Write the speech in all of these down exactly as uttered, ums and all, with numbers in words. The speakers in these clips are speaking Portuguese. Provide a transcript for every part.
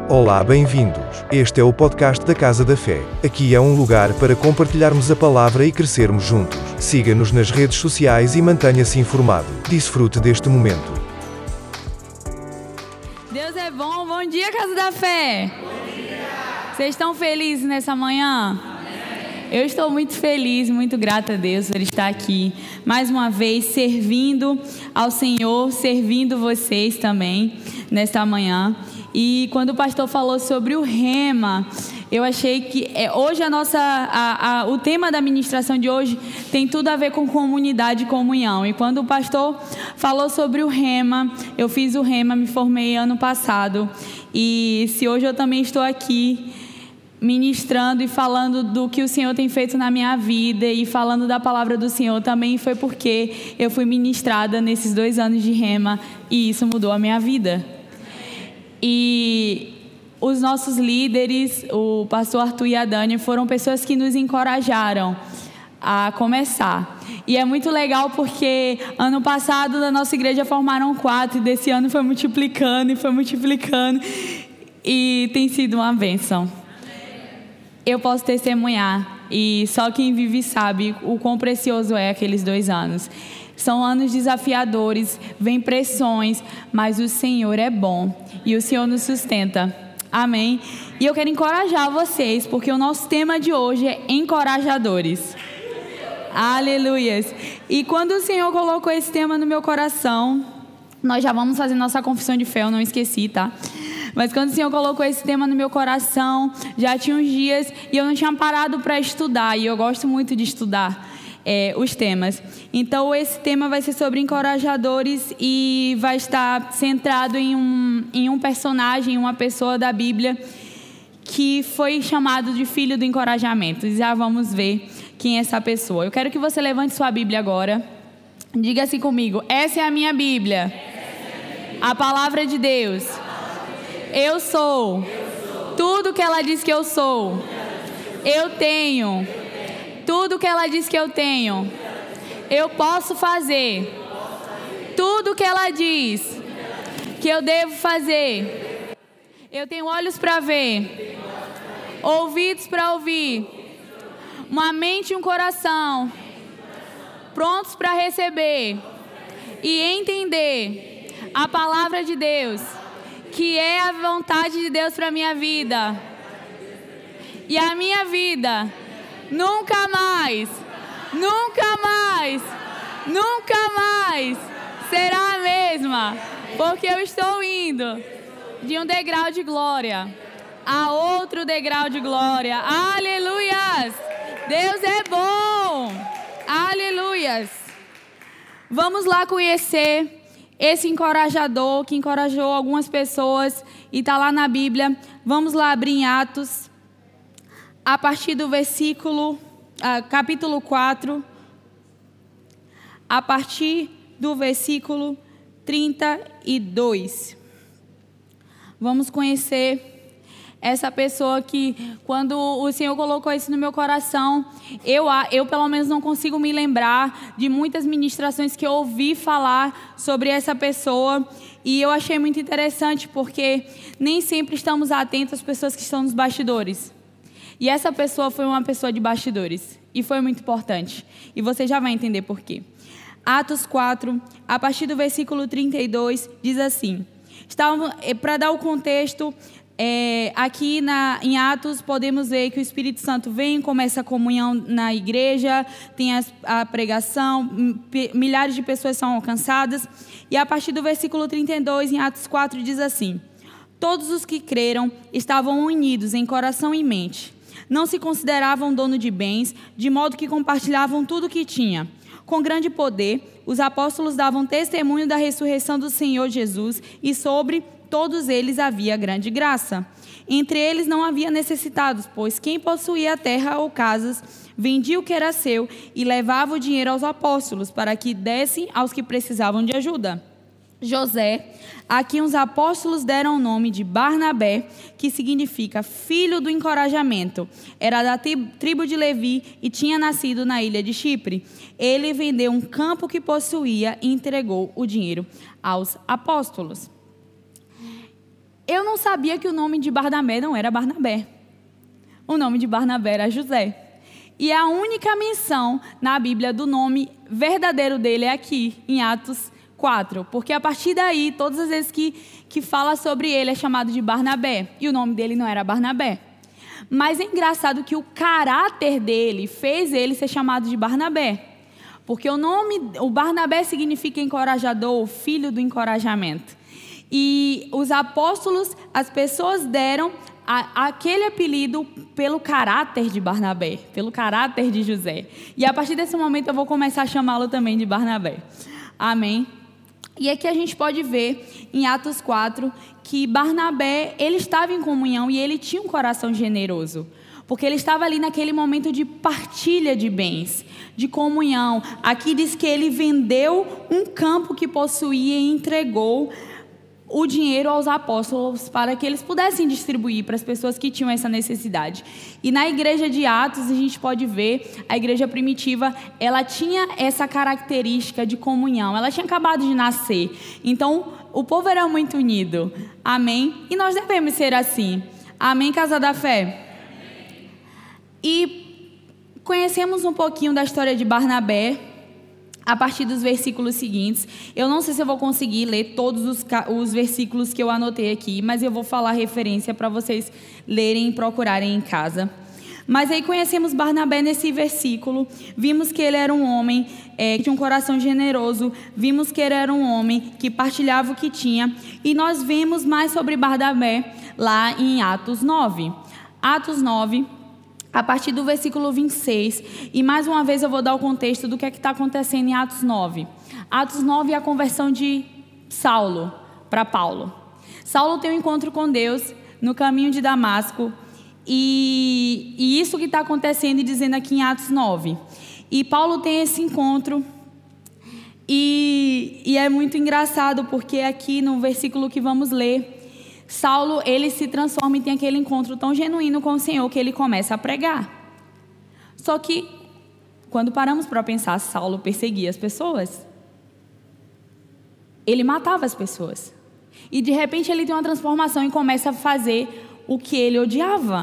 Olá, bem-vindos. Este é o podcast da Casa da Fé. Aqui é um lugar para compartilharmos a palavra e crescermos juntos. Siga-nos nas redes sociais e mantenha-se informado. Desfrute deste momento. Deus é bom. Bom dia, Casa da Fé. Bom dia. Vocês estão felizes nessa manhã? Eu estou muito feliz, muito grata a Deus por estar aqui, mais uma vez, servindo ao Senhor, servindo vocês também, nesta manhã. E quando o pastor falou sobre o rema, eu achei que é, hoje a nossa, a, a, o tema da ministração de hoje tem tudo a ver com comunidade e comunhão. E quando o pastor falou sobre o rema, eu fiz o rema, me formei ano passado. E se hoje eu também estou aqui ministrando e falando do que o Senhor tem feito na minha vida e falando da palavra do Senhor, também foi porque eu fui ministrada nesses dois anos de rema e isso mudou a minha vida. E os nossos líderes, o pastor Arthur e a Dani, foram pessoas que nos encorajaram a começar. E é muito legal porque ano passado da nossa igreja formaram quatro e desse ano foi multiplicando e foi multiplicando e tem sido uma bênção. Eu posso testemunhar e só quem vive sabe o quão precioso é aqueles dois anos. São anos desafiadores, vem pressões, mas o Senhor é bom e o Senhor nos sustenta. Amém? E eu quero encorajar vocês, porque o nosso tema de hoje é encorajadores. Aleluias! E quando o Senhor colocou esse tema no meu coração, nós já vamos fazer nossa confissão de fé, eu não esqueci, tá? Mas quando o Senhor colocou esse tema no meu coração, já tinha uns dias e eu não tinha parado para estudar, e eu gosto muito de estudar é, os temas. Então esse tema vai ser sobre encorajadores e vai estar centrado em um, em um personagem, uma pessoa da Bíblia que foi chamado de filho do encorajamento. E já vamos ver quem é essa pessoa. Eu quero que você levante sua Bíblia agora. Diga assim comigo: essa é a minha Bíblia, a palavra de Deus. Eu sou tudo que ela diz que eu sou. Eu tenho tudo que ela diz que eu tenho. Eu posso fazer tudo que ela diz que eu devo fazer. Eu tenho olhos para ver, ouvidos para ouvir, uma mente e um coração prontos para receber e entender a palavra de Deus, que é a vontade de Deus para a minha vida. E a minha vida nunca mais, nunca mais, nunca mais será a mesma, porque eu estou indo de um degrau de glória a outro degrau de glória. Aleluias! Deus é bom! Aleluias! Vamos lá conhecer esse encorajador que encorajou algumas pessoas e está lá na Bíblia. Vamos lá abrir em Atos, a partir do versículo, ah, capítulo quatro, a partir do versículo trinta e dois. Vamos conhecer essa pessoa que, quando o Senhor colocou isso no meu coração, eu, eu pelo menos não consigo me lembrar de muitas ministrações que eu ouvi falar sobre essa pessoa. E eu achei muito interessante, porque nem sempre estamos atentos às pessoas que estão nos bastidores. E essa pessoa foi uma pessoa de bastidores. E foi muito importante. E você já vai entender por quê. Atos quatro, a partir do versículo trinta e dois, diz assim. Para dar o contexto, É, aqui na, em Atos podemos ver que o Espírito Santo vem, começa a comunhão na igreja, tem a, a pregação, milhares de pessoas são alcançadas. E a partir do versículo trinta e dois, em Atos quatro, diz assim: todos os que creram estavam unidos em coração e mente. Não se consideravam dono de bens, de modo que compartilhavam tudo o que tinha. Com grande poder, os apóstolos davam testemunho da ressurreição do Senhor Jesus, e sobre todos eles havia grande graça. Entre eles não havia necessitados, pois quem possuía terra ou casas, vendia o que era seu e levava o dinheiro aos apóstolos, para que dessem aos que precisavam de ajuda. José, a quem os apóstolos deram o nome de Barnabé, que significa filho do encorajamento, era da tribo de Levi e tinha nascido na ilha de Chipre. Ele vendeu um campo que possuía e entregou o dinheiro aos apóstolos. eu não sabia que o nome de Barnabé não era Barnabé. O nome de Barnabé era José. E a única menção na Bíblia do nome verdadeiro dele é aqui, em Atos quatro. Porque a partir daí, todas as vezes que, que fala sobre ele, é chamado de Barnabé. E o nome dele não era Barnabé. Mas é engraçado que o caráter dele fez ele ser chamado de Barnabé. Porque o nome, o Barnabé significa encorajador, filho do encorajamento. E os apóstolos, as pessoas deram a, aquele apelido pelo caráter de Barnabé, pelo caráter de José. E a partir desse momento eu vou começar a chamá-lo também de Barnabé. Amém? E aqui a gente pode ver em Atos quatro que Barnabé, ele estava em comunhão e ele tinha um coração generoso. Porque ele estava ali naquele momento de partilha de bens, de comunhão. Aqui diz que ele vendeu um campo que possuía e entregou o dinheiro aos apóstolos para que eles pudessem distribuir para as pessoas que tinham essa necessidade. E na igreja de Atos a gente pode ver, a igreja primitiva, ela tinha essa característica de comunhão, ela tinha acabado de nascer, então o povo era muito unido, amém? E nós devemos ser assim, amém, Casa da Fé? E conhecemos um pouquinho da história de Barnabé a partir dos versículos seguintes. Eu não sei se eu vou conseguir ler todos os, os versículos que eu anotei aqui, mas eu vou falar referência para vocês lerem e procurarem em casa. Mas aí conhecemos Barnabé nesse versículo, vimos que ele era um homem é, que tinha um coração generoso, vimos que ele era um homem que partilhava o que tinha, e nós vemos mais sobre Barnabé lá em Atos nove. Atos nove, a partir do versículo vinte e seis, e mais uma vez eu vou dar o contexto do que é que está acontecendo em Atos nove. Atos nove é a conversão de Saulo para Paulo. Saulo tem um encontro com Deus no caminho de Damasco, e, e isso que está acontecendo e dizendo aqui em Atos nove. E Paulo tem esse encontro, e, e é muito engraçado, porque aqui no versículo que vamos ler, Saulo, ele se transforma e tem aquele encontro tão genuíno com o Senhor que ele começa a pregar. Só que, quando paramos para pensar, Saulo perseguia as pessoas. Ele matava as pessoas. E de repente ele tem uma transformação e começa a fazer o que ele odiava.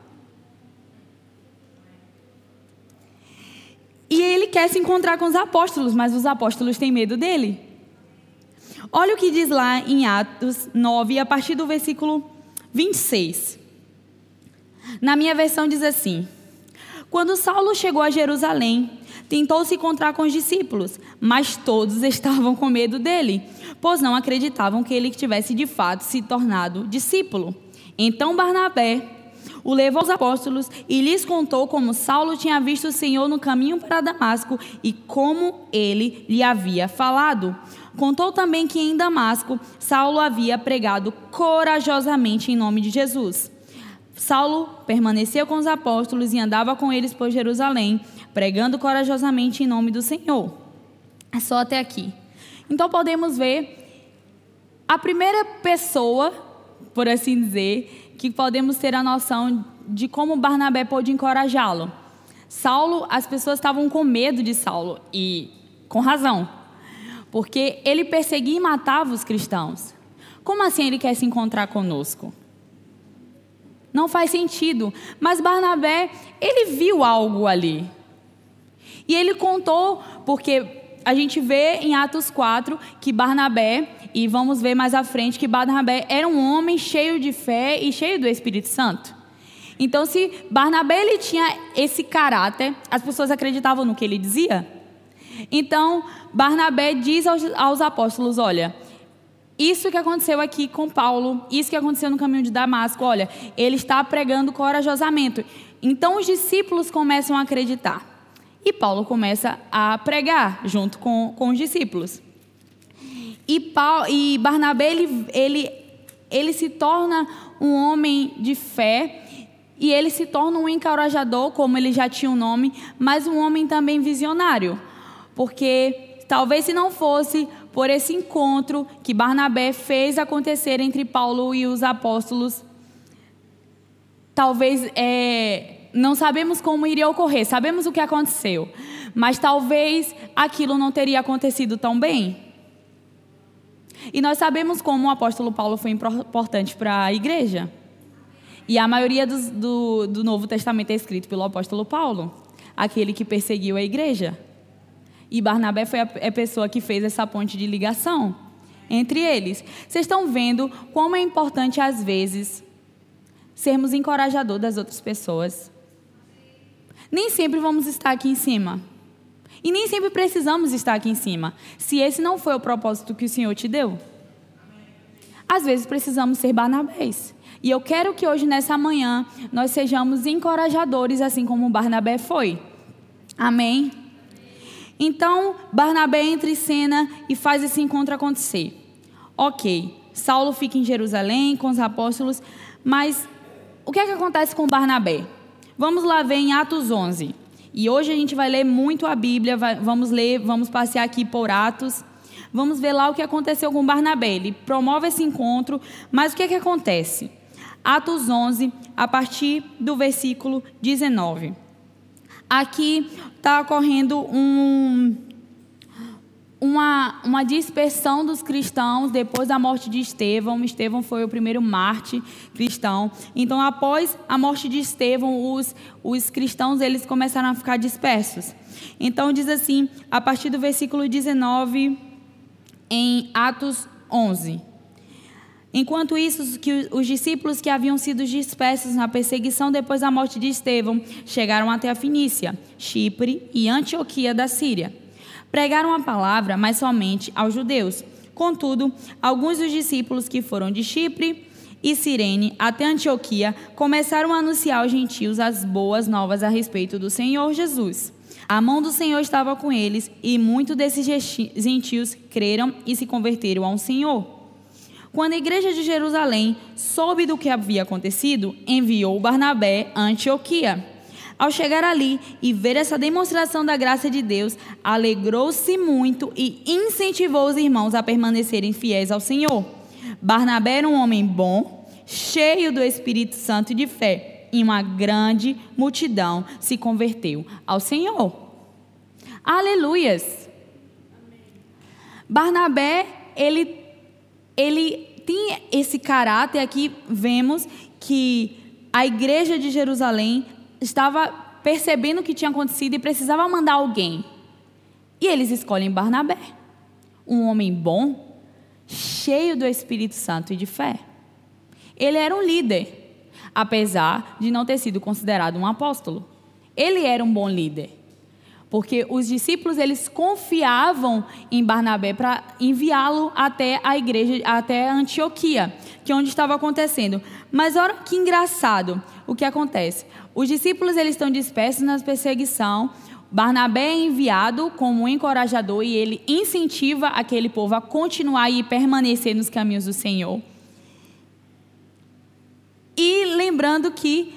E ele quer se encontrar com os apóstolos, mas os apóstolos têm medo dele. Olha o que diz lá em Atos nove, a partir do versículo vinte e seis. Na minha versão diz assim: quando Saulo chegou a Jerusalém, tentou se encontrar com os discípulos, mas todos estavam com medo dele, pois não acreditavam que ele tivesse de fato se tornado discípulo. Então Barnabé o levou aos apóstolos e lhes contou como Saulo tinha visto o Senhor no caminho para Damasco e como ele lhe havia falado. Contou também que em Damasco, Saulo havia pregado corajosamente em nome de Jesus. Saulo permaneceu com os apóstolos e andava com eles por Jerusalém, pregando corajosamente em nome do Senhor. É só até aqui. Então podemos ver a primeira pessoa, por assim dizer, que podemos ter a noção de como Barnabé pôde encorajá-lo. Saulo, as pessoas estavam com medo de Saulo, e com razão. Porque ele perseguia e matava os cristãos. Como assim ele quer se encontrar conosco? Não faz sentido. Mas Barnabé, ele viu algo ali. E ele contou, porque a gente vê em Atos quatro que Barnabé, e vamos ver mais à frente, que Barnabé era um homem cheio de fé e cheio do Espírito Santo. Então, se Barnabé ele tinha esse caráter, as pessoas acreditavam no que ele dizia. Então, Barnabé diz aos, aos apóstolos, olha, isso que aconteceu aqui com Paulo, isso que aconteceu no caminho de Damasco, olha, ele está pregando corajosamente. Então, os discípulos começam a acreditar. E Paulo começa a pregar junto com, com os discípulos. E, Paulo, e Barnabé, ele, ele, ele se torna um homem de fé, e ele se torna um encorajador, como ele já tinha um nome, mas um homem também visionário. Porque talvez se não fosse por esse encontro que Barnabé fez acontecer entre Paulo e os apóstolos, talvez, é, não sabemos como iria ocorrer, sabemos o que aconteceu, mas talvez aquilo não teria acontecido tão bem. E nós sabemos como o apóstolo Paulo foi importante para a igreja. E a maioria dos, do, do Novo Testamento é escrito pelo apóstolo Paulo, aquele que perseguiu a igreja. E Barnabé foi a, a pessoa que fez essa ponte de ligação entre eles. Vocês estão vendo como é importante, às vezes, sermos encorajador das outras pessoas. Nem sempre vamos estar aqui em cima. E nem sempre precisamos estar aqui em cima, se esse não foi o propósito que o Senhor te deu. Às vezes precisamos ser Barnabés. E eu quero que hoje, nessa manhã, nós sejamos encorajadores, assim como Barnabé foi. Amém? Então, Barnabé entra em cena e faz esse encontro acontecer. Ok, Saulo fica em Jerusalém com os apóstolos, mas o que é que acontece com Barnabé? Vamos lá ver em Atos onze. E hoje a gente vai ler muito a Bíblia, vai, vamos ler, vamos passear aqui por Atos. Vamos ver lá o que aconteceu com Barnabé. Ele promove esse encontro, mas o que é que acontece? Atos onze, a partir do versículo dezenove. Aqui está ocorrendo um, uma, uma dispersão dos cristãos depois da morte de Estevão. Estevão foi o primeiro mártir cristão. Então, após a morte de Estevão, os, os cristãos eles começaram a ficar dispersos. Então, diz assim, a partir do versículo dezenove, em Atos onze. Enquanto isso, que os discípulos que haviam sido dispersos na perseguição depois da morte de Estevão chegaram até a Fenícia, Chipre e Antioquia da Síria. Pregaram a palavra, mas somente aos judeus. Contudo, alguns dos discípulos que foram de Chipre e Cirene até Antioquia começaram a anunciar aos gentios as boas novas a respeito do Senhor Jesus. A mão do Senhor estava com eles e muitos desses gentios creram e se converteram ao Senhor. Quando a igreja de Jerusalém soube do que havia acontecido, enviou Barnabé a Antioquia. Ao chegar ali e ver essa demonstração da graça de Deus, alegrou-se muito e incentivou os irmãos a permanecerem fiéis ao Senhor. Barnabé era um homem bom, cheio do Espírito Santo e de fé, e uma grande multidão se converteu ao Senhor. Aleluias! Barnabé, ele, ele tem esse caráter. Aqui vemos que a igreja de Jerusalém estava percebendo o que tinha acontecido e precisava mandar alguém. E eles escolhem Barnabé, um homem bom, cheio do Espírito Santo e de fé. Ele era um líder, apesar de não ter sido considerado um apóstolo. Ele era um bom líder, porque os discípulos eles confiavam em Barnabé para enviá-lo até a igreja, até a Antioquia, que é onde estava acontecendo. Mas olha que engraçado o que acontece. Os discípulos eles estão dispersos na perseguição. Barnabé é enviado como um encorajador e ele incentiva aquele povo a continuar e permanecer nos caminhos do Senhor. E lembrando que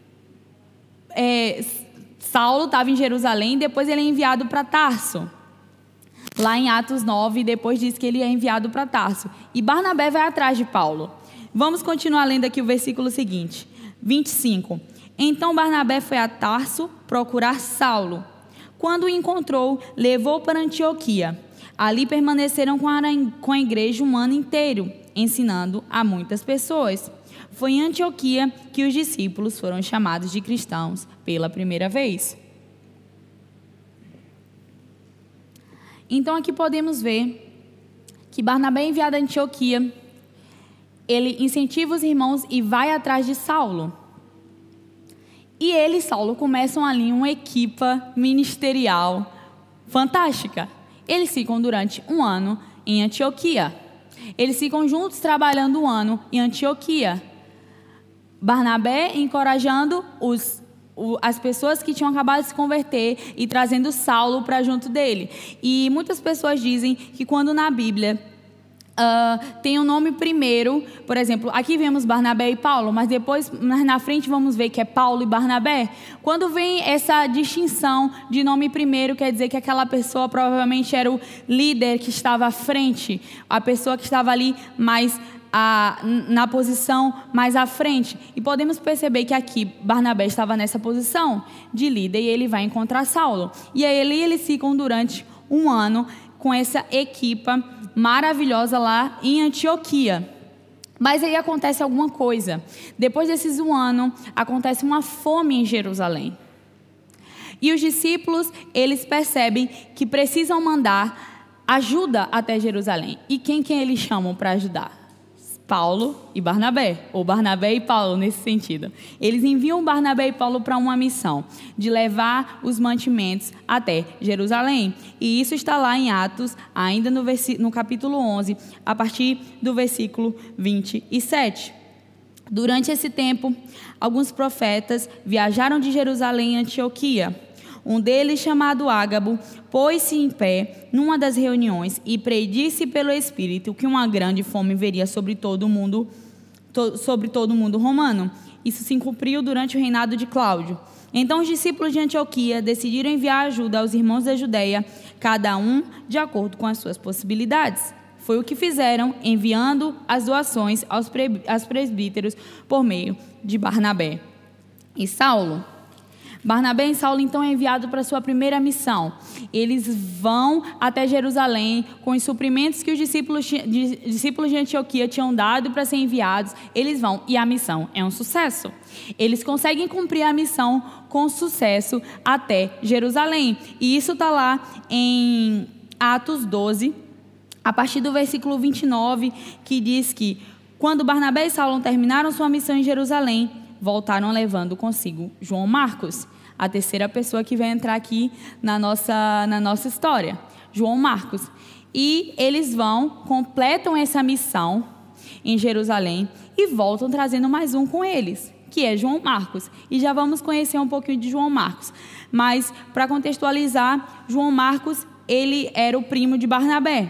é, Saulo estava em Jerusalém, depois ele é enviado para Tarso. Lá em Atos nove, depois diz que ele é enviado para Tarso. E Barnabé vai atrás de Paulo. Vamos continuar lendo aqui o versículo seguinte, vinte e cinco. Então Barnabé foi a Tarso procurar Saulo. Quando o encontrou, levou para Antioquia. Ali permaneceram com a, com a igreja um ano inteiro, ensinando a muitas pessoas. Foi em Antioquia que os discípulos foram chamados de cristãos pela primeira vez. Então aqui podemos ver que Barnabé é enviado a Antioquia. Ele incentiva os irmãos e vai atrás de Saulo. E ele e Saulo começam ali uma equipa ministerial fantástica. Eles ficam durante um ano em Antioquia. Eles ficam juntos trabalhando um ano em Antioquia. Barnabé encorajando os, o, as pessoas que tinham acabado de se converter e trazendo Saulo para junto dele. E muitas pessoas dizem que quando na Bíblia uh, tem o um nome primeiro, por exemplo, aqui vemos Barnabé e Paulo, mas depois na frente vamos ver que é Paulo e Barnabé. Quando vem essa distinção de nome primeiro, quer dizer que aquela pessoa provavelmente era o líder que estava à frente, a pessoa que estava ali mais A, na posição mais à frente. E podemos perceber que aqui Barnabé estava nessa posição de líder e ele vai encontrar Saulo. E aí eles ficam durante um ano com essa equipa maravilhosa lá em Antioquia. Mas aí acontece alguma coisa. Depois desses um ano, acontece uma fome em Jerusalém. E os discípulos, eles percebem que precisam mandar ajuda até Jerusalém. E quem, quem eles chamam para ajudar? Paulo e Barnabé, ou Barnabé e Paulo nesse sentido. Eles enviam Barnabé e Paulo para uma missão de levar os mantimentos até Jerusalém. E isso está lá em Atos, ainda no, no capítulo onze, a partir do versículo vinte e sete. Durante esse tempo, alguns profetas viajaram de Jerusalém a Antioquia. Um deles, chamado Ágabo, pôs-se em pé numa das reuniões e predisse pelo Espírito que uma grande fome viria sobre todo o mundo, to, sobre todo o mundo romano. Isso se cumpriu durante o reinado de Cláudio. Então os discípulos de Antioquia decidiram enviar ajuda aos irmãos da Judeia, cada um de acordo com as suas possibilidades. Foi o que fizeram, enviando as doações aos, pre, aos presbíteros por meio de Barnabé e Saulo. Barnabé e Saulo, então, é enviado para a sua primeira missão. Eles vão até Jerusalém com os suprimentos que os discípulos, discípulos de Antioquia tinham dado para ser enviados. Eles vão e a missão é um sucesso. Eles conseguem cumprir a missão com sucesso até Jerusalém. E isso está lá em Atos doze, a partir do versículo vinte e nove, que diz que quando Barnabé e Saulo terminaram sua missão em Jerusalém, voltaram levando consigo João Marcos, a terceira pessoa que vai entrar aqui na nossa, na nossa história, João Marcos. E eles vão, completam essa missão em Jerusalém e voltam trazendo mais um com eles, que é João Marcos. E já vamos conhecer um pouquinho de João Marcos. Mas, para contextualizar, João Marcos, ele era o primo de Barnabé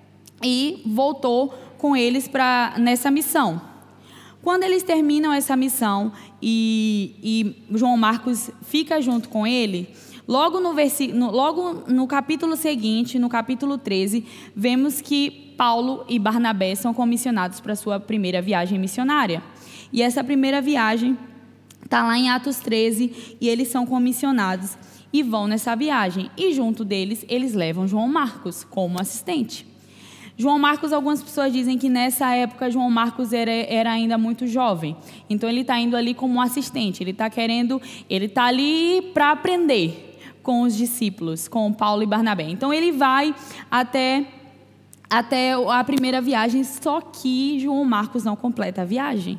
e voltou com eles pra, nessa missão. Quando eles terminam essa missão e, e João Marcos fica junto com ele, logo no, no, logo no capítulo seguinte, no capítulo treze, vemos que Paulo e Barnabé são comissionados para a sua primeira viagem missionária. E essa primeira viagem está lá em Atos treze e eles são comissionados e vão nessa viagem. E junto deles, eles levam João Marcos como assistente. João Marcos, algumas pessoas dizem que nessa época João Marcos era, era ainda muito jovem. Então ele está indo ali como um assistente, ele está querendo, ele está ali para aprender com os discípulos, com Paulo e Barnabé. Então ele vai até, até a primeira viagem, só que João Marcos não completa a viagem.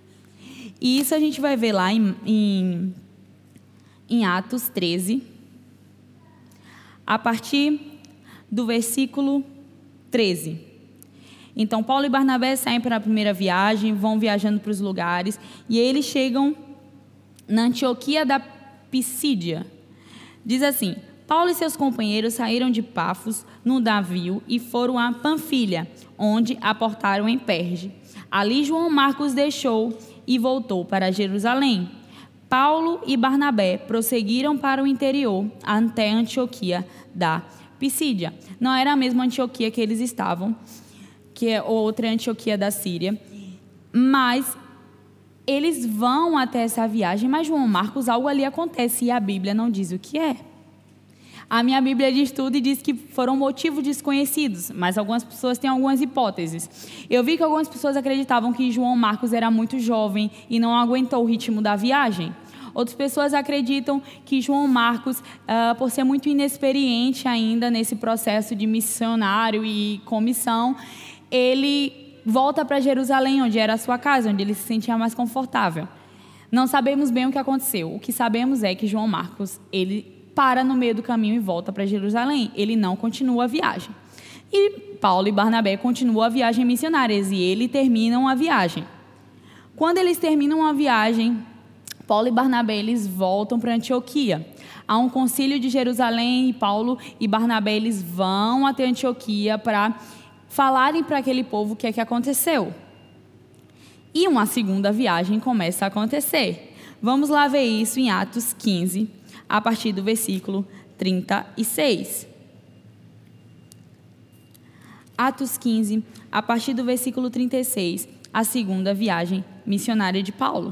E isso a gente vai ver lá em, em, em Atos treze, a partir do versículo treze. Então, Paulo e Barnabé saem para a primeira viagem, vão viajando para os lugares, e eles chegam na Antioquia da Pisídia. Diz assim: Paulo e seus companheiros saíram de Pafos no navio e foram a Panfilha, onde aportaram em Perge. Ali João Marcos deixou e voltou para Jerusalém. Paulo e Barnabé prosseguiram para o interior, até Antioquia da Pisídia. Não era a mesma Antioquia que eles estavam, que é outra Antioquia da Síria, mas eles vão até essa viagem, mas João Marcos, algo ali acontece e a Bíblia não diz o que é. A minha Bíblia diz tudo e diz que foram motivos desconhecidos, mas algumas pessoas têm algumas hipóteses. Eu vi que algumas pessoas acreditavam que João Marcos era muito jovem e não aguentou o ritmo da viagem. Outras pessoas acreditam que João Marcos, uh, por ser muito inexperiente ainda nesse processo de missionário e comissão, ele volta para Jerusalém, onde era a sua casa, onde ele se sentia mais confortável. Não sabemos bem o que aconteceu. O que sabemos é que João Marcos, ele para no meio do caminho e volta para Jerusalém. Ele não continua a viagem. E Paulo e Barnabé continuam a viagem missionárias e eles terminam a viagem. Quando eles terminam a viagem, Paulo e Barnabé, eles voltam para Antioquia. Há um concílio de Jerusalém e Paulo e Barnabé, eles vão até Antioquia para falarem para aquele povo o que é que aconteceu. E uma segunda viagem começa a acontecer. Vamos lá ver isso em Atos quinze, a partir do versículo trinta e seis. Atos quinze, a partir do versículo trinta e seis, a segunda viagem missionária de Paulo.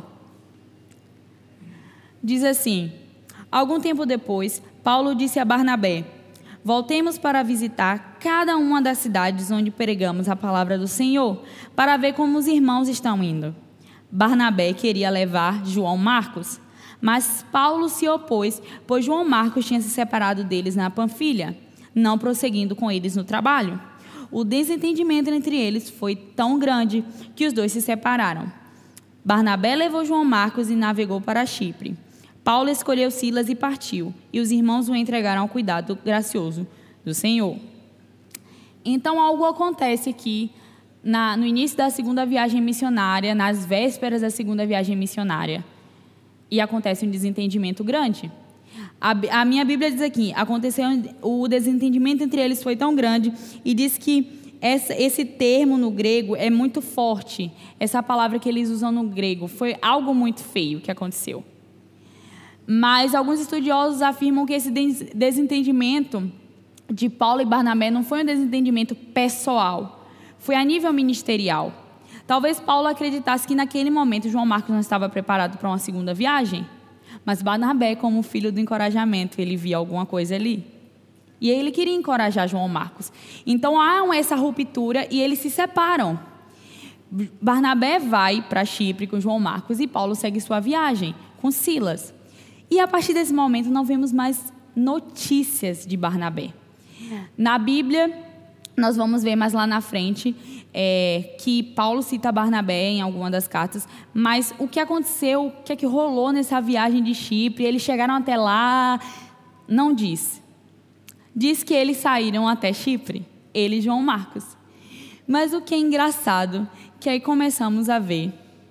Diz assim: algum tempo depois, Paulo disse a Barnabé: voltemos para visitar cada uma das cidades onde pregamos a palavra do Senhor, para ver como os irmãos estão indo. Barnabé queria levar João Marcos, mas Paulo se opôs, pois João Marcos tinha se separado deles na Panfilha, não prosseguindo com eles no trabalho. O desentendimento entre eles foi tão grande que os dois se separaram. Barnabé levou João Marcos e navegou para Chipre. Paulo escolheu Silas e partiu, e os irmãos o entregaram ao cuidado gracioso do Senhor. Então, algo acontece aqui na, no início da segunda viagem missionária, nas vésperas da segunda viagem missionária, e acontece um desentendimento grande. A, a minha Bíblia diz aqui, aconteceu o desentendimento entre eles foi tão grande, e diz que essa, esse termo no grego é muito forte. Essa palavra que eles usam no grego foi algo muito feio que aconteceu. Mas alguns estudiosos afirmam que esse desentendimento de Paulo e Barnabé não foi um desentendimento pessoal, foi a nível ministerial. Talvez Paulo acreditasse que naquele momento João Marcos não estava preparado para uma segunda viagem, mas Barnabé, como filho do encorajamento, ele via alguma coisa ali. E ele queria encorajar João Marcos. Então há essa ruptura e eles se separam. Barnabé vai para Chipre com João Marcos e Paulo segue sua viagem com Silas. E a partir desse momento não vemos mais notícias de Barnabé. Na Bíblia, nós vamos ver mais lá na frente é, que Paulo cita Barnabé em alguma das cartas, mas o que aconteceu, o que é que rolou nessa viagem de Chipre, eles chegaram até lá, não diz. Diz que eles saíram até Chipre, ele e João Marcos. Mas o que é engraçado, que aí começamos a ver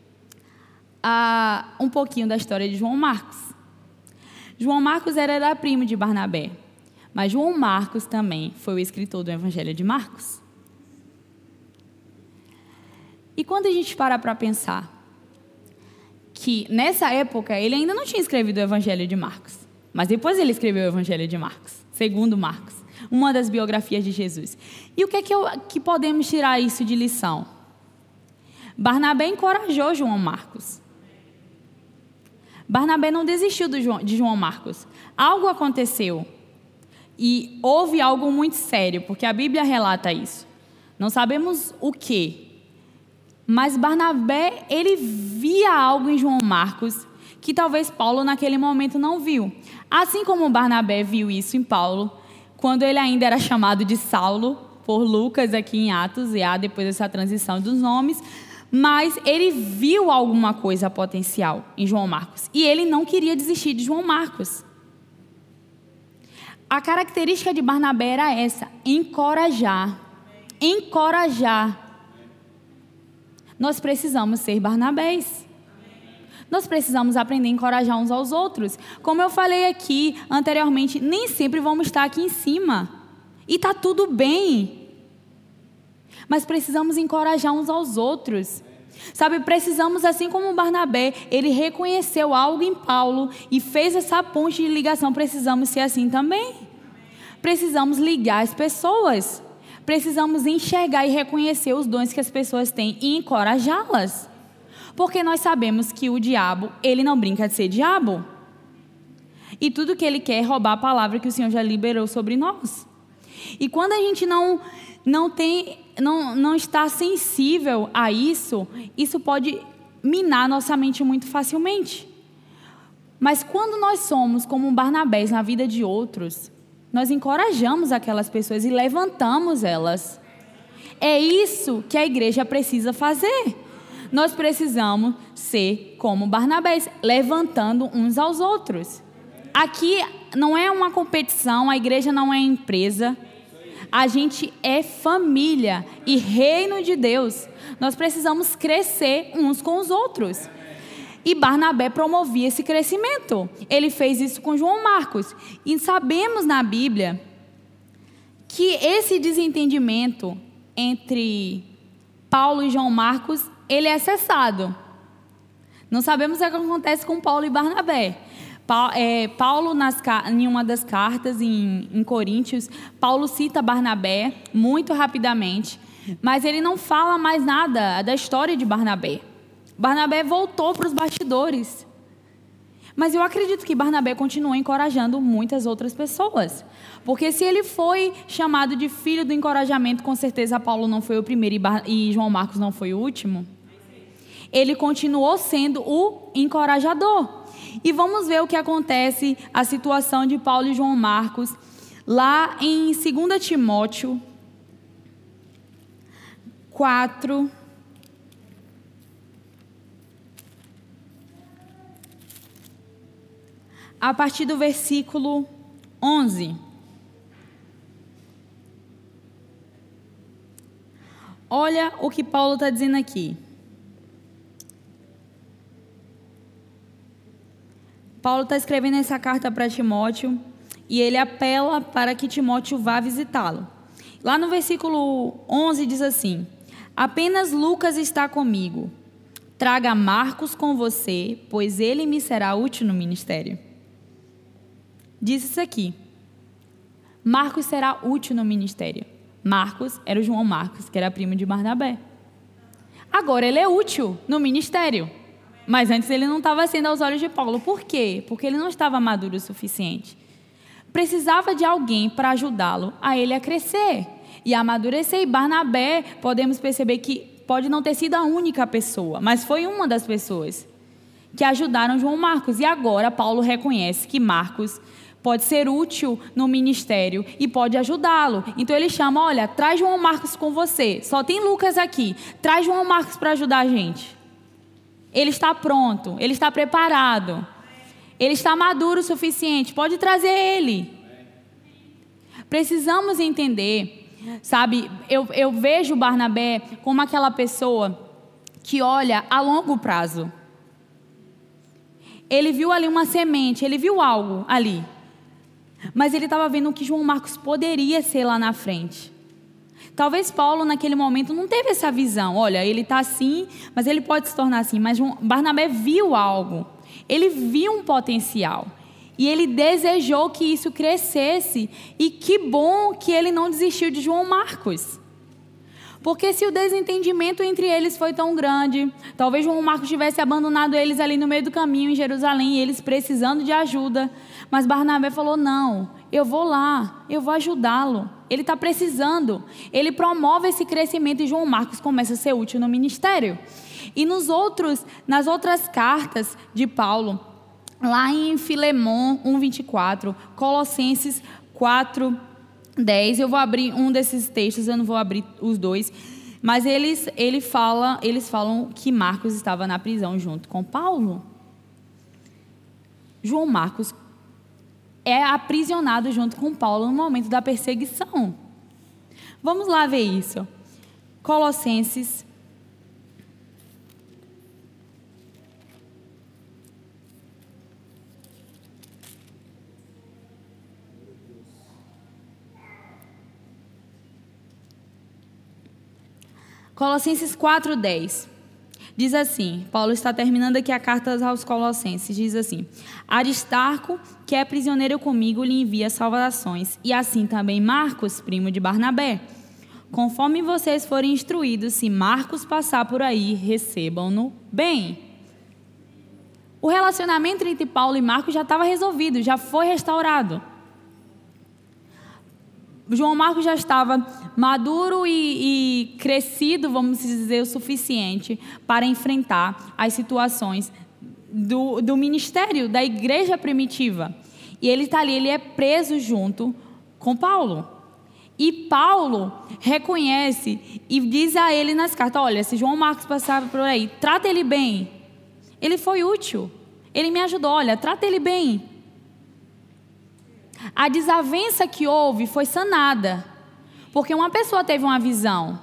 a, um pouquinho da história de João Marcos. João Marcos era, era primo de Barnabé, mas João Marcos também foi o escritor do Evangelho de Marcos. E quando a gente para para pensar que nessa época ele ainda não tinha escrevido o Evangelho de Marcos, mas depois ele escreveu o Evangelho de Marcos, segundo Marcos, uma das biografias de Jesus. E o que é que, eu, que podemos tirar isso de lição? Barnabé encorajou João Marcos. Barnabé não desistiu do João, de João Marcos. Algo aconteceu. E houve algo muito sério, porque a Bíblia relata isso. Não sabemos o quê. Mas Barnabé, ele via algo em João Marcos que talvez Paulo naquele momento não viu. Assim como Barnabé viu isso em Paulo, quando ele ainda era chamado de Saulo, por Lucas aqui em Atos, e há depois essa transição dos nomes, mas ele viu alguma coisa potencial em João Marcos. E ele não queria desistir de João Marcos. A característica de Barnabé era essa, encorajar. Encorajar. Nós precisamos ser Barnabés. Nós precisamos aprender a encorajar uns aos outros. Como eu falei aqui anteriormente, nem sempre vamos estar aqui em cima. E está tudo bem. Mas precisamos encorajar uns aos outros. Sabe, precisamos, assim como Barnabé, ele reconheceu algo em Paulo e fez essa ponte de ligação, precisamos ser assim também. Precisamos ligar as pessoas. Precisamos enxergar e reconhecer os dons que as pessoas têm e encorajá-las. Porque nós sabemos que o diabo, ele não brinca de ser diabo. E tudo que ele quer é roubar a palavra que o Senhor já liberou sobre nós. E quando a gente não, não, tem, não, não está sensível a isso, isso pode minar nossa mente muito facilmente. Mas quando nós somos como Barnabés na vida de outros, nós encorajamos aquelas pessoas e levantamos elas. É isso que a igreja precisa fazer. Nós precisamos ser como Barnabés, levantando uns aos outros. Aqui não é uma competição, a igreja não é empresa. A gente é família e reino de Deus. Nós precisamos crescer uns com os outros. E Barnabé promovia esse crescimento. Ele fez isso com João Marcos. E sabemos na Bíblia que esse desentendimento entre Paulo e João Marcos, ele é cessado. Não sabemos o que acontece com Paulo e Barnabé. Pa, é, Paulo, nas, em uma das cartas em, em Coríntios, Paulo cita Barnabé muito rapidamente, mas ele não fala mais nada da história de Barnabé. Barnabé voltou para os bastidores. Mas eu acredito que Barnabé continuou encorajando muitas outras pessoas. Porque se ele foi chamado de filho do encorajamento, com certeza Paulo não foi o primeiro e, Bar... e João Marcos não foi o último. Ele continuou sendo o encorajador. E vamos ver o que acontece, a situação de Paulo e João Marcos, lá em dois Timóteo quatro... a partir do versículo onze. Olha o que Paulo está dizendo aqui. Paulo está escrevendo essa carta para Timóteo e ele apela para que Timóteo vá visitá-lo. Lá no versículo onze diz assim: apenas Lucas está comigo. Traga Marcos com você, pois ele me será útil no ministério. Diz isso aqui. Marcos será útil no ministério. Marcos era o João Marcos, que era primo de Barnabé. Agora ele é útil no ministério. Mas antes ele não estava sendo aos olhos de Paulo. Por quê? Porque ele não estava maduro o suficiente. Precisava de alguém para ajudá-lo a ele a crescer e a amadurecer. E Barnabé, podemos perceber que pode não ter sido a única pessoa, mas foi uma das pessoas que ajudaram João Marcos. E agora Paulo reconhece que Marcos pode ser útil no ministério e pode ajudá-lo. Então ele chama, olha, traz João Marcos com você. Só tem Lucas aqui. Traz João Marcos para ajudar a gente. Ele está pronto, ele está preparado. Ele está maduro o suficiente. Pode trazer ele. Precisamos entender, sabe, eu, eu vejo Barnabé como aquela pessoa que olha a longo prazo. Ele viu ali uma semente, ele viu algo ali. Mas ele estava vendo o que João Marcos poderia ser lá na frente. Talvez Paulo, naquele momento, não teve essa visão. Olha, ele está assim, mas ele pode se tornar assim. Mas Barnabé viu algo. Ele viu um potencial. E ele desejou que isso crescesse. E que bom que ele não desistiu de João Marcos. Porque se o desentendimento entre eles foi tão grande, talvez João Marcos tivesse abandonado eles ali no meio do caminho em Jerusalém, e eles precisando de ajuda. Mas Barnabé falou, não, eu vou lá, eu vou ajudá-lo. Ele está precisando. Ele promove esse crescimento e João Marcos começa a ser útil no ministério. E nos outros, nas outras cartas de Paulo, lá em Filemon um, vinte e quatro, Colossenses quatro, dez, eu vou abrir um desses textos, eu não vou abrir os dois, mas eles, ele fala, eles falam que Marcos estava na prisão junto com Paulo. João Marcos é aprisionado junto com Paulo no momento da perseguição. Vamos lá ver isso. Colossenses Colossenses quatro, dez. Diz assim, Paulo está terminando aqui a carta aos Colossenses, diz assim: Aristarco, que é prisioneiro comigo, lhe envia saudações, e assim também Marcos, primo de Barnabé. Conforme vocês forem instruídos, se Marcos passar por aí, recebam-no bem. O relacionamento entre Paulo e Marcos já estava resolvido, já foi restaurado. João Marcos já estava maduro e, e crescido, vamos dizer, o suficiente para enfrentar as situações do, do ministério, da igreja primitiva. E ele está ali, ele é preso junto com Paulo. E Paulo reconhece e diz a ele nas cartas, olha, se João Marcos passava por aí, trata ele bem. Ele foi útil, ele me ajudou, olha, trata ele bem. A desavença que houve foi sanada, porque uma pessoa teve uma visão.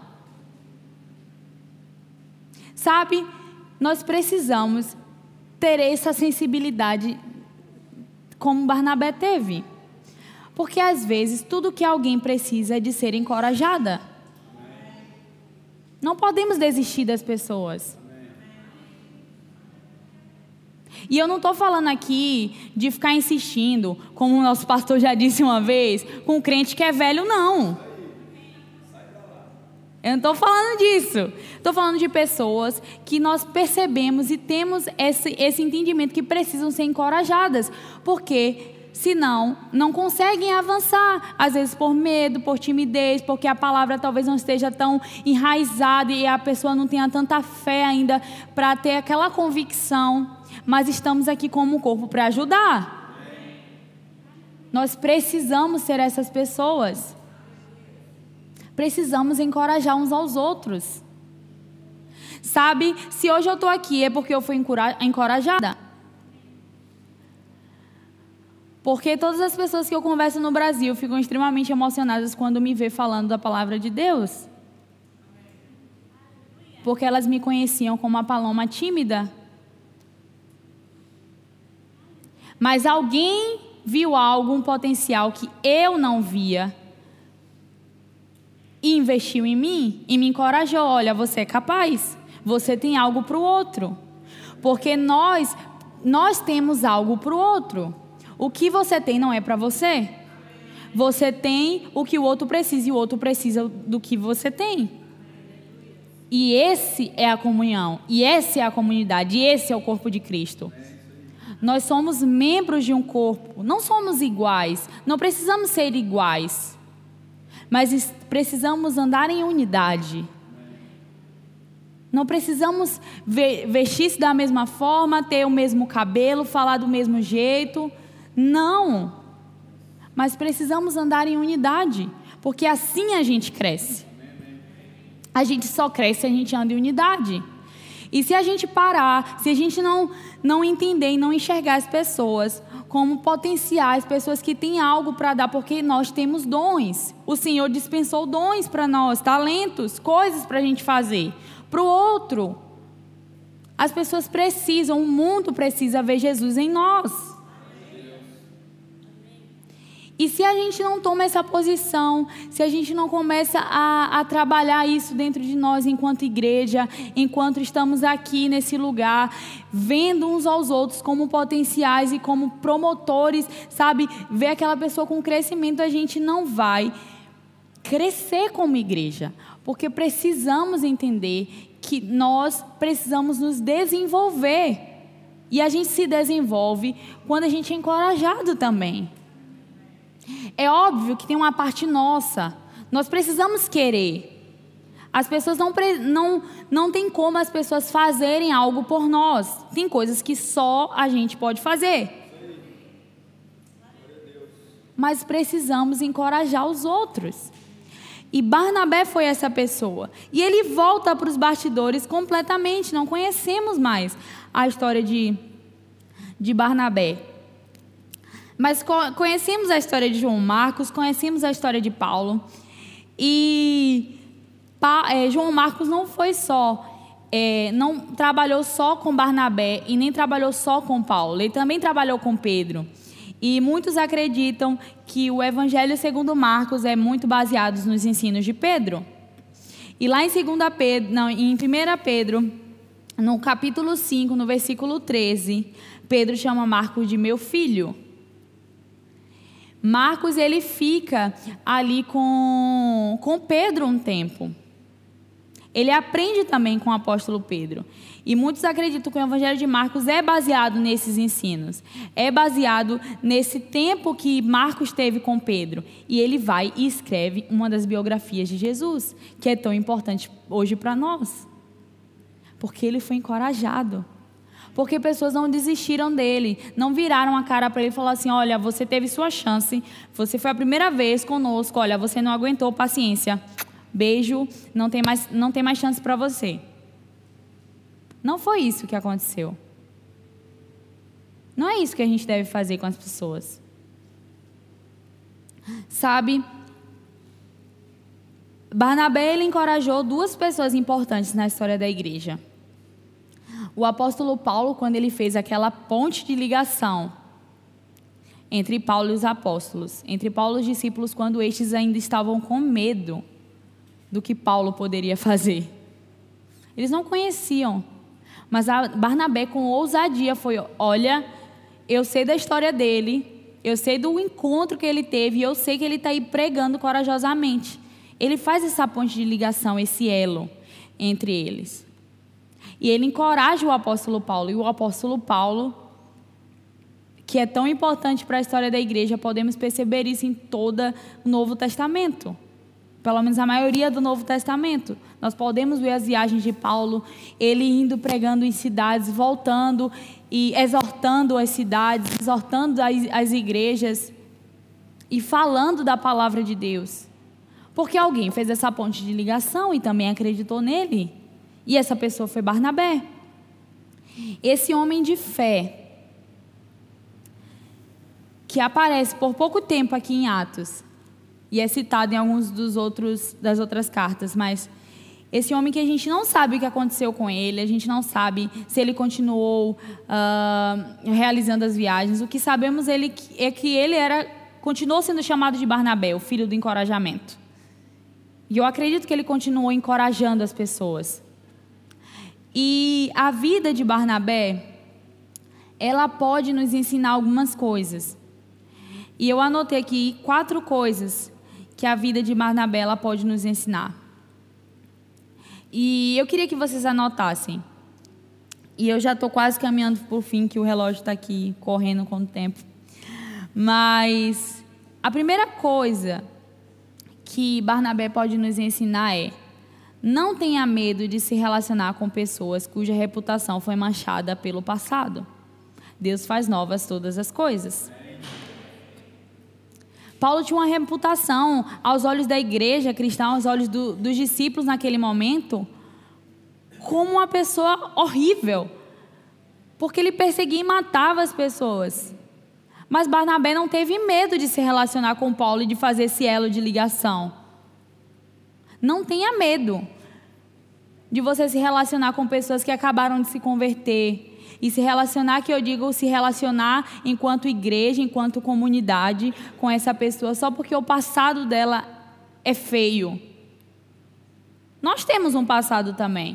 Sabe, nós precisamos ter essa sensibilidade como Barnabé teve. Porque às vezes tudo que alguém precisa é de ser encorajada. Não podemos desistir das pessoas. E eu não estou falando aqui de ficar insistindo, como o nosso pastor já disse uma vez, com um crente que é velho, não. Eu não estou falando disso. Estou falando de pessoas que nós percebemos e temos esse, esse entendimento que precisam ser encorajadas. Porque, senão, não conseguem avançar. Às vezes por medo, por timidez, porque a palavra talvez não esteja tão enraizada e a pessoa não tenha tanta fé ainda para ter aquela convicção. Mas estamos aqui como um corpo para ajudar. Nós precisamos ser essas pessoas. Precisamos encorajar uns aos outros. Sabe, se hoje eu estou aqui é porque eu fui encorajada. Porque todas as pessoas que eu converso no Brasil ficam extremamente emocionadas quando me vê falando da palavra de Deus. Porque elas me conheciam como uma paloma tímida. Mas alguém viu algo, um potencial que eu não via. E investiu em mim e me encorajou. Olha, você é capaz. Você tem algo para o outro. Porque nós, nós temos algo para o outro. O que você tem não é para você. Você tem o que o outro precisa e o outro precisa do que você tem. E esse é a comunhão. E essa é a comunidade. E esse é o corpo de Cristo. Nós somos membros de um corpo. Não somos iguais. Não precisamos ser iguais. Mas precisamos andar em unidade. Não precisamos vestir-se da mesma forma, ter o mesmo cabelo, falar do mesmo jeito. Não. Mas precisamos andar em unidade, porque assim a gente cresce. A gente só cresce se a gente anda em unidade. E se a gente parar, se a gente não, não entender e não enxergar as pessoas como potenciais, pessoas que têm algo para dar, porque nós temos dons. O Senhor dispensou dons para nós, talentos, coisas para a gente fazer. Para o outro, as pessoas precisam, o mundo precisa ver Jesus em nós. E se a gente não toma essa posição, se a gente não começa a, a trabalhar isso dentro de nós enquanto igreja, enquanto estamos aqui nesse lugar, vendo uns aos outros como potenciais e como promotores, sabe? Ver aquela pessoa com crescimento, a gente não vai crescer como igreja. Porque precisamos entender que nós precisamos nos desenvolver. E a gente se desenvolve quando a gente é encorajado também. É óbvio que tem uma parte nossa. Nós precisamos querer. As pessoas não, não, não tem como as pessoas fazerem algo por nós. Tem coisas que só a gente pode fazer. Mas precisamos encorajar os outros. E Barnabé foi essa pessoa. E ele volta para os bastidores completamente. Não conhecemos mais a história de, de Barnabé. Mas conhecemos a história de João Marcos, conhecemos a história de Paulo. E é, João Marcos não foi só, é, não trabalhou só com Barnabé e nem trabalhou só com Paulo. Ele também trabalhou com Pedro. E muitos acreditam que o Evangelho segundo Marcos é muito baseado nos ensinos de Pedro. E lá em, segunda Pedro, não, em primeira Pedro, no capítulo cinco, no versículo treze, Pedro chama Marcos de meu filho. Marcos, ele fica ali com, com Pedro um tempo. Ele aprende também com o apóstolo Pedro. E muitos acreditam que o Evangelho de Marcos é baseado nesses ensinos. É baseado nesse tempo que Marcos teve com Pedro. E ele vai e escreve uma das biografias de Jesus, que é tão importante hoje para nós. Porque ele foi encorajado. Porque pessoas não desistiram dele, não viraram a cara para ele e falaram assim, olha, você teve sua chance, você foi a primeira vez conosco, olha, você não aguentou, paciência, beijo, não tem mais, não tem mais chance para você. Não foi isso que aconteceu. Não é isso que a gente deve fazer com as pessoas. Sabe, Barnabé, ele encorajou duas pessoas importantes na história da igreja. O apóstolo Paulo, quando ele fez aquela ponte de ligação entre Paulo e os apóstolos, entre Paulo e os discípulos, quando estes ainda estavam com medo do que Paulo poderia fazer. Eles não conheciam, mas a Barnabé, com ousadia, foi, olha, eu sei da história dele, eu sei do encontro que ele teve, e eu sei que ele está aí pregando corajosamente. Ele faz essa ponte de ligação, esse elo entre eles. E ele encoraja o apóstolo Paulo. E o apóstolo Paulo, que é tão importante para a história da igreja, podemos perceber isso em todo o Novo Testamento. Pelo menos a maioria do Novo Testamento. Nós podemos ver as viagens de Paulo, ele indo pregando em cidades, voltando e exortando as cidades, exortando as, as igrejas e falando da palavra de Deus. Porque alguém fez essa ponte de ligação e também acreditou nele. E essa pessoa foi Barnabé. Esse homem de fé, que aparece por pouco tempo aqui em Atos, e é citado em alguns dos outros, das outras cartas, mas esse homem que a gente não sabe o que aconteceu com ele, a gente não sabe se ele continuou uh, realizando as viagens. O que sabemos ele, é que ele era, continuou sendo chamado de Barnabé, o filho do encorajamento. E eu acredito que ele continuou encorajando as pessoas. E a vida de Barnabé, ela pode nos ensinar algumas coisas. E eu anotei aqui quatro coisas que a vida de Barnabé ela pode nos ensinar. E eu queria que vocês anotassem. E eu já estou quase caminhando para o fim, que o relógio está aqui correndo com o tempo. Mas a primeira coisa que Barnabé pode nos ensinar é: não tenha medo de se relacionar com pessoas cuja reputação foi manchada pelo passado. Deus faz novas todas as coisas. Paulo tinha uma reputação aos olhos da igreja cristã, aos olhos do, dos discípulos naquele momento, como uma pessoa horrível, porque ele perseguia e matava as pessoas. Mas Barnabé não teve medo de se relacionar com Paulo e de fazer esse elo de ligação. Não tenha medo de você se relacionar com pessoas que acabaram de se converter. E se relacionar, que eu digo, se relacionar enquanto igreja, enquanto comunidade com essa pessoa, só porque o passado dela é feio. Nós temos um passado também.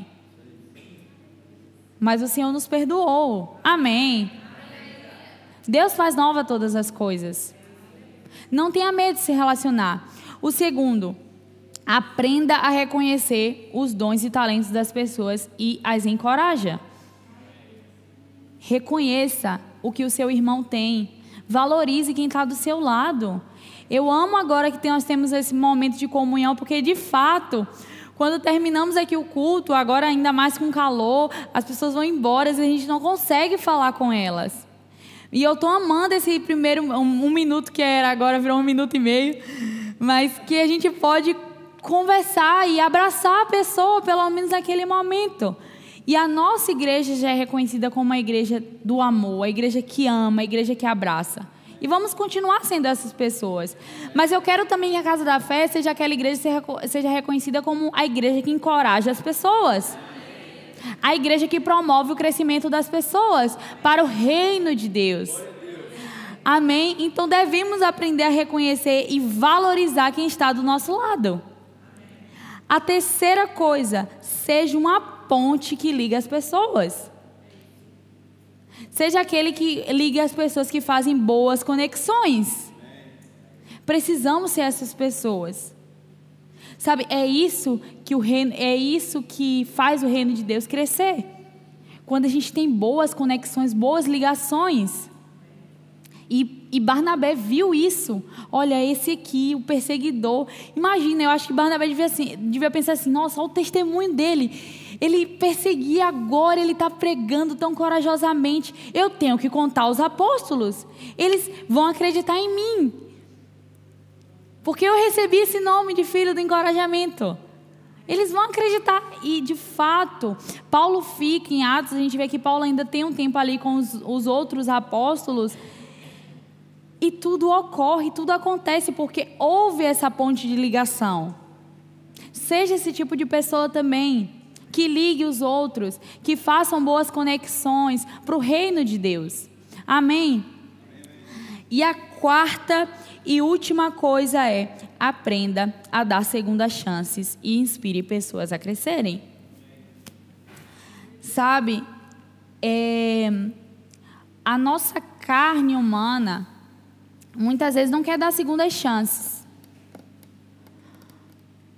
Mas o Senhor nos perdoou. Amém. Deus faz nova todas as coisas. Não tenha medo de se relacionar. O segundo, aprenda a reconhecer os dons e talentos das pessoas e as encoraja. Reconheça o que o seu irmão tem. Valorize quem está do seu lado. Eu amo agora que nós temos esse momento de comunhão, porque de fato, quando terminamos aqui o culto, agora ainda mais com calor, as pessoas vão embora e a gente não consegue falar com elas. E eu estou amando esse primeiro um, um minuto que era agora virou um minuto e meio, mas que a gente pode conversar e abraçar a pessoa, pelo menos naquele momento. E a nossa igreja já é reconhecida como a igreja do amor, a igreja que ama, a igreja que abraça. E vamos continuar sendo essas pessoas. Mas eu quero também que a Casa da Fé seja aquela igreja que seja reconhecida como a igreja que encoraja as pessoas. A igreja que promove o crescimento das pessoas para o reino de Deus. Amém? Então devemos aprender a reconhecer e valorizar quem está do nosso lado. A terceira coisa, seja uma ponte que liga as pessoas. Seja aquele que liga as pessoas que fazem boas conexões. Precisamos ser essas pessoas. Sabe, é isso que o reino, é isso que faz o reino de Deus crescer. Quando a gente tem boas conexões, boas ligações. E, e Barnabé viu isso. Olha, esse aqui, o perseguidor. Imagina, eu acho que Barnabé devia, assim, devia pensar assim: nossa, olha o testemunho dele. Ele perseguia, agora ele está pregando tão corajosamente. Eu tenho que contar aos apóstolos. Eles vão acreditar em mim. Porque eu recebi esse nome de filho do encorajamento. Eles vão acreditar. E, de fato, Paulo fica em Atos. A gente vê que Paulo ainda tem um tempo ali com os, os outros apóstolos. E tudo ocorre, tudo acontece porque houve essa ponte de ligação. Seja esse tipo de pessoa também, que ligue os outros, que façam boas conexões para o reino de Deus. Amém? E a quarta e última coisa é: aprenda a dar segundas chances e inspire pessoas a crescerem. Sabe, é, a nossa carne humana muitas vezes não quer dar segundas chances.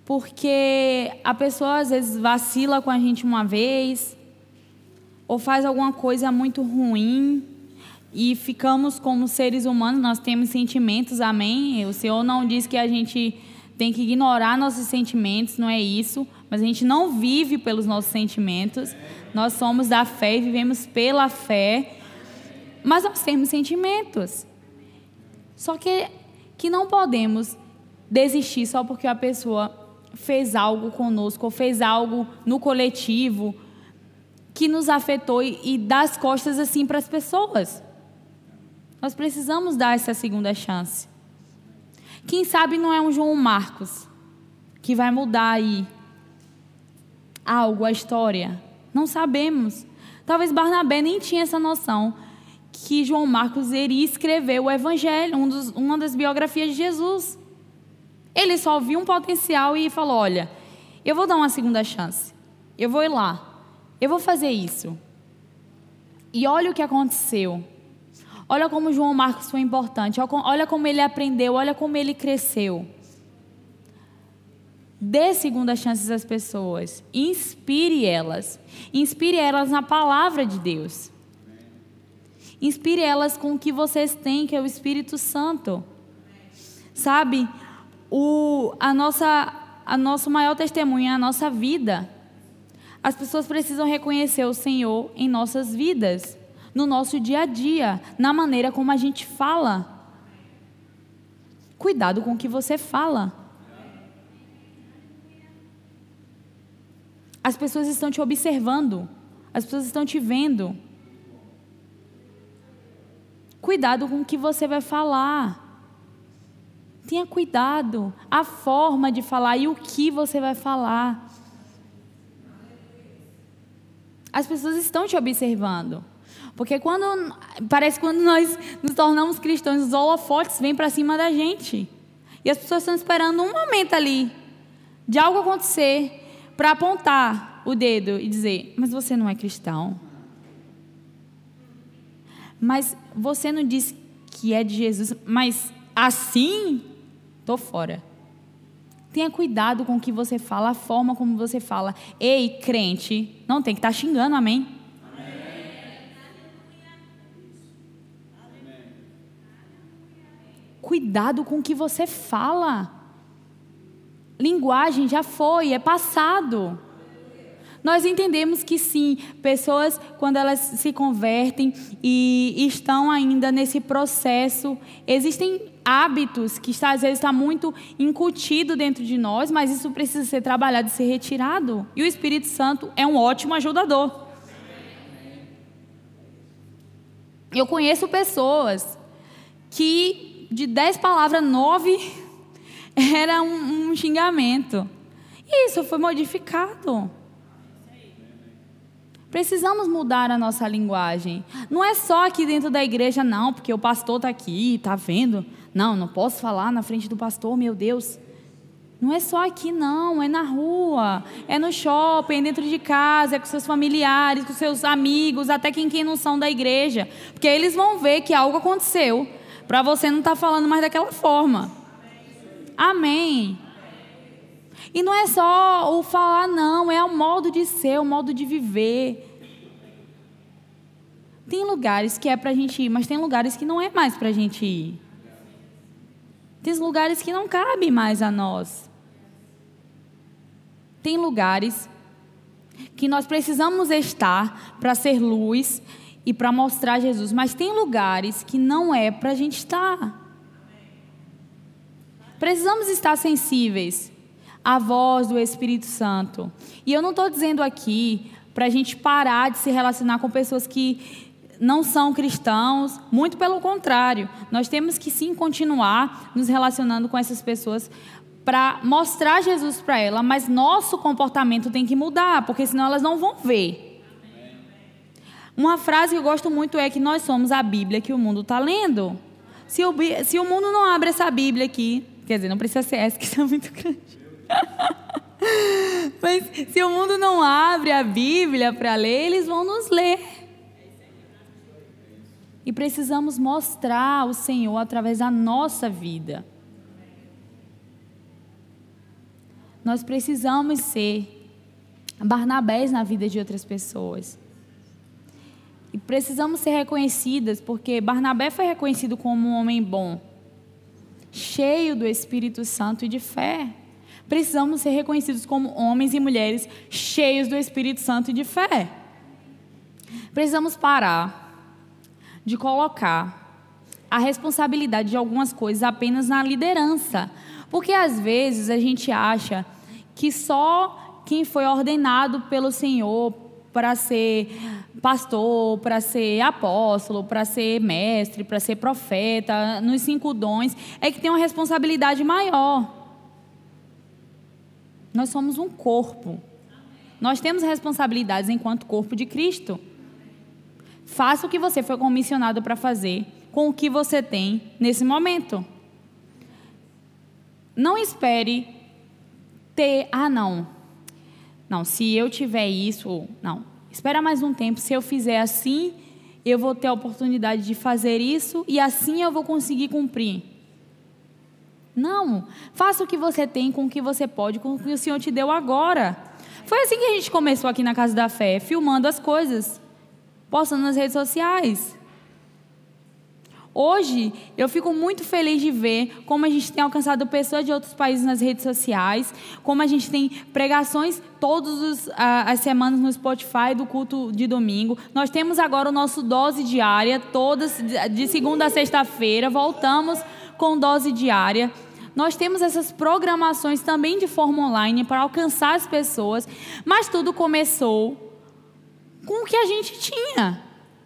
porque a pessoa às vezes vacila com a gente uma vez, ou faz alguma coisa muito ruim, e ficamos como seres humanos, nós temos sentimentos, amém? O Senhor não diz que a gente tem que ignorar nossos sentimentos, não é isso, mas a gente não vive pelos nossos sentimentos, nós somos da fé e vivemos pela fé, mas nós temos sentimentos. Só que, que não podemos desistir só porque a pessoa fez algo conosco, ou fez algo no coletivo que nos afetou e, e dar as costas assim para as pessoas. Nós precisamos dar essa segunda chance. Quem sabe não é um João Marcos que vai mudar aí algo, a história. Não sabemos. Talvez Barnabé nem tinha essa noção que João Marcos iria escrever o Evangelho, um dos, uma das biografias de Jesus. Ele só viu um potencial e falou, olha, eu vou dar uma segunda chance. Eu vou ir lá. Eu vou fazer isso. E olha o que aconteceu. Olha como João Marcos foi importante. Olha como ele aprendeu. Olha como ele cresceu. Dê segunda chances às pessoas. Inspire elas. Inspire elas na palavra de Deus. Inspire elas com o que vocês têm, que é o Espírito Santo. Sabe? O, a nossa, a nosso maior testemunho é a nossa vida. As pessoas precisam reconhecer o Senhor em nossas vidas, no nosso dia a dia, na maneira como a gente fala. Cuidado com o que você fala. As pessoas estão te observando, as pessoas estão te vendo. Cuidado com o que você vai falar. Tenha cuidado, a forma de falar e o que você vai falar. As pessoas estão te observando. Porque quando, parece que quando nós nos tornamos cristãos, os holofotes vêm para cima da gente. E as pessoas estão esperando um momento ali, de algo acontecer, para apontar o dedo e dizer, mas você não é cristão. Mas você não disse que é de Jesus, mas assim... Estou fora. Tenha cuidado com o que você fala, a forma como você fala. Ei, crente, não tem que estar xingando, amém? Amém. Cuidado com o que você fala. Linguagem já foi, é passado. Nós entendemos que sim, pessoas quando elas se convertem e estão ainda nesse processo, existem hábitos que está, às vezes está muito incutido dentro de nós, mas isso precisa ser trabalhado e ser retirado. E o Espírito Santo é um ótimo ajudador. Eu conheço pessoas que de dez palavras, nove era um, um xingamento. E isso foi modificado. Precisamos mudar a nossa linguagem. Não é só aqui dentro da igreja, não, porque o pastor está aqui, está vendo. Não, não posso falar na frente do pastor, meu Deus. Não é só aqui, não, é na rua, é no shopping, é dentro de casa, é com seus familiares, com seus amigos, até quem, quem não são da igreja. Porque eles vão ver que algo aconteceu, para você não estar falando mais daquela forma. Amém. E não é só o falar, não, é o modo de ser, o modo de viver. Tem lugares que é para a gente ir, mas tem lugares que não é mais para a gente ir. Tem lugares que não cabem mais a nós. Tem lugares que nós precisamos estar para ser luz e para mostrar Jesus, mas tem lugares que não é para a gente estar. Precisamos estar sensíveis à voz do Espírito Santo. E eu não estou dizendo aqui para a gente parar de se relacionar com pessoas que não são cristãos, muito pelo contrário. Nós temos que sim continuar nos relacionando com essas pessoas para mostrar Jesus para elas, mas nosso comportamento tem que mudar, porque senão elas não vão ver. Uma frase que eu gosto muito é que nós somos a Bíblia que o mundo está lendo. Se o, se o mundo não abre essa Bíblia aqui, quer dizer, não precisa ser essa, que isso é muito grande. Mas se o mundo não abre a Bíblia para ler, eles vão nos ler. E precisamos mostrar o Senhor através da nossa vida. Nós precisamos ser Barnabés na vida de outras pessoas. E precisamos ser reconhecidas, porque Barnabé foi reconhecido como um homem bom, cheio do Espírito Santo e de fé. Precisamos ser reconhecidos como homens e mulheres cheios do Espírito Santo e de fé. Precisamos parar de colocar a responsabilidade de algumas coisas apenas na liderança. Porque às vezes a gente acha que só quem foi ordenado pelo Senhor para ser pastor, para ser apóstolo, para ser mestre, para ser profeta, nos cinco dons, é que tem uma responsabilidade maior. Nós somos um corpo. Nós temos responsabilidades enquanto corpo de Cristo. Faça o que você foi comissionado para fazer, com o que você tem nesse momento. Não espere ter, ah não, não, se eu tiver isso, não, espera mais um tempo, se eu fizer assim, eu vou ter a oportunidade de fazer isso e assim eu vou conseguir cumprir. Não, faça o que você tem com o que você pode, com o que o Senhor te deu agora. Foi assim que a gente começou aqui na Casa da Fé, filmando as coisas, postando nas redes sociais. Hoje, eu fico muito feliz de ver como a gente tem alcançado pessoas de outros países nas redes sociais, como a gente tem pregações todas as semanas no Spotify do culto de domingo. Nós temos agora o nosso dose diária, todas de segunda a sexta-feira, voltamos com dose diária. Nós temos essas programações também de forma online para alcançar as pessoas, mas tudo começou com o que a gente tinha.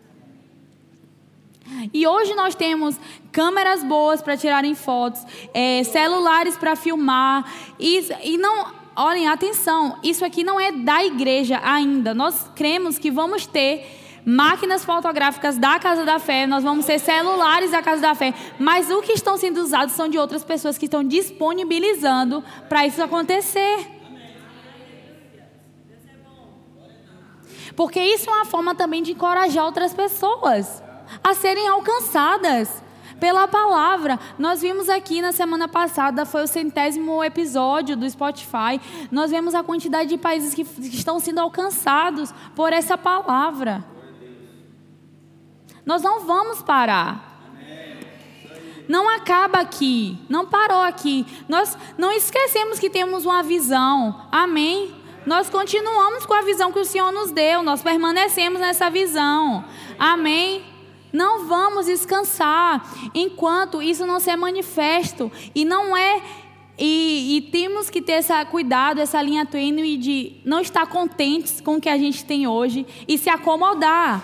E hoje nós temos câmeras boas para tirarem fotos, é, celulares para filmar. E, e não, olhem, atenção, isso aqui não é da igreja ainda. Nós cremos que vamos ter máquinas fotográficas da Casa da Fé, nós vamos ter celulares da Casa da Fé. Mas o que estão sendo usados são de outras pessoas que estão disponibilizando para isso acontecer. Porque isso é uma forma também de encorajar outras pessoas a serem alcançadas pela palavra. Nós vimos aqui na semana passada, foi o centésimo episódio do Spotify, nós vemos a quantidade de países que, que estão sendo alcançados por essa palavra. Nós não vamos parar. Não acaba aqui, não parou aqui. Nós não esquecemos que temos uma visão, amém? Nós continuamos com a visão que o Senhor nos deu, nós permanecemos nessa visão, amém? Não vamos descansar enquanto isso não ser manifesto. E não é e, e temos que ter esse cuidado, essa linha tênue de não estar contentes com o que a gente tem hoje e se acomodar.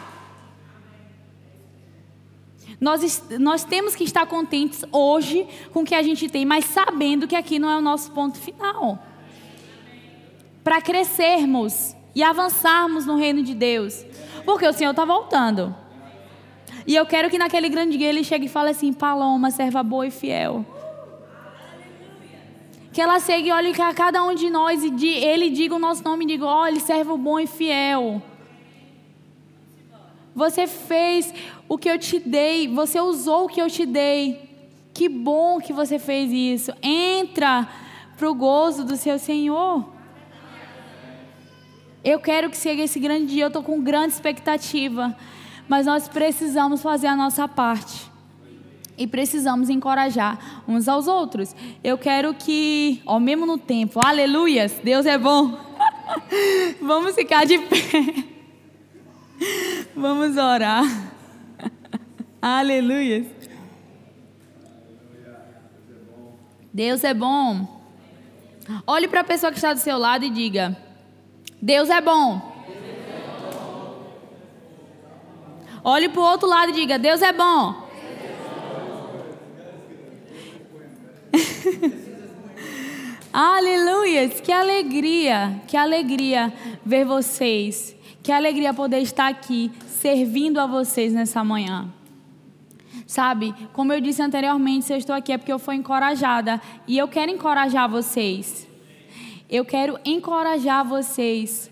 Nós, nós temos que estar contentes hoje com o que a gente tem, mas sabendo que aqui não é o nosso ponto final. Para crescermos e avançarmos no reino de Deus. Porque o Senhor está voltando. E eu quero que naquele grande dia ele chegue e fale assim: Paloma, serva boa e fiel. Que ela chegue e olhe a cada um de nós e ele diga o nosso nome e diga: olha, servo bom e fiel. Você fez o que eu te dei, você usou o que eu te dei. Que bom que você fez isso. Entra para o gozo do seu Senhor. Eu quero que chegue esse grande dia, eu estou com grande expectativa. Mas nós precisamos fazer a nossa parte. E precisamos encorajar uns aos outros. Eu quero que, ó, mesmo no tempo, aleluias, Deus é bom. Vamos ficar de pé. Vamos orar. Aleluias. Deus é bom. Olhe para a pessoa que está do seu lado e diga: Deus é bom. Olhe para o outro lado e diga: Deus é bom. Aleluia! Que alegria, que alegria ver vocês. Que alegria poder estar aqui servindo a vocês nessa manhã. Sabe, como eu disse anteriormente, se eu estou aqui é porque eu fui encorajada. E eu quero encorajar vocês. Eu quero encorajar vocês.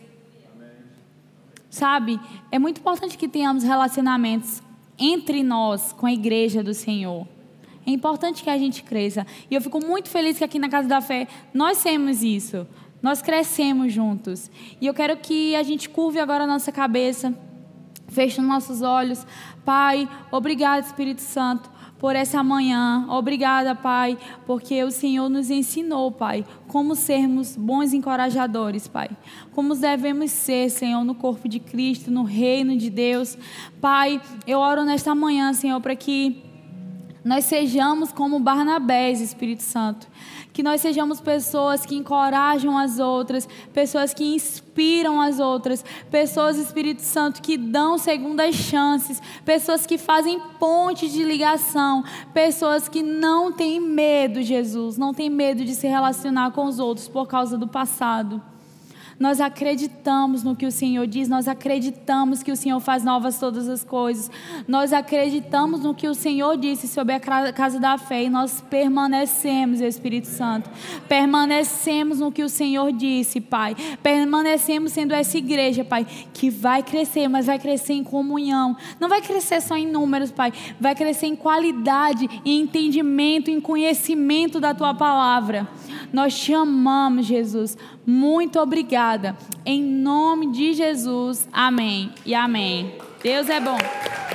Sabe, é muito importante que tenhamos relacionamentos entre nós com a igreja do Senhor. É importante que a gente cresça. E eu fico muito feliz que aqui na Casa da Fé nós temos isso. Nós crescemos juntos. E eu quero que a gente curve agora a nossa cabeça, feche os nossos olhos. Pai, obrigado, Espírito Santo, por essa manhã. Obrigada, Pai, porque o Senhor nos ensinou, Pai, como sermos bons encorajadores, Pai. Como devemos ser, Senhor, no corpo de Cristo, no reino de Deus. Pai, eu oro nesta manhã, Senhor, para que nós sejamos como Barnabés, Espírito Santo. Que nós sejamos pessoas que encorajam as outras, pessoas que inspiram as outras, pessoas, Espírito Santo, que dão segundas chances, pessoas que fazem pontes de ligação, pessoas que não têm medo, Jesus, não têm medo de se relacionar com os outros por causa do passado. Nós acreditamos no que o Senhor diz, nós acreditamos que o Senhor faz novas todas as coisas, nós acreditamos no que o Senhor disse sobre a Casa da Fé e nós permanecemos, Espírito Santo, permanecemos no que o Senhor disse, Pai, permanecemos sendo essa igreja, Pai, que vai crescer, mas vai crescer em comunhão, não vai crescer só em números, Pai, vai crescer em qualidade, em entendimento, em conhecimento da Tua Palavra. Nós te amamos, Jesus, muito obrigada, em nome de Jesus, amém e amém. Deus é bom.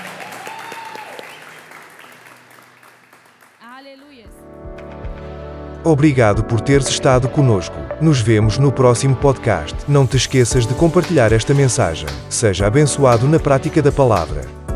Aleluia. Obrigado por teres estado conosco. Nos vemos no próximo podcast. Não te esqueças de compartilhar esta mensagem. Seja abençoado na prática da palavra.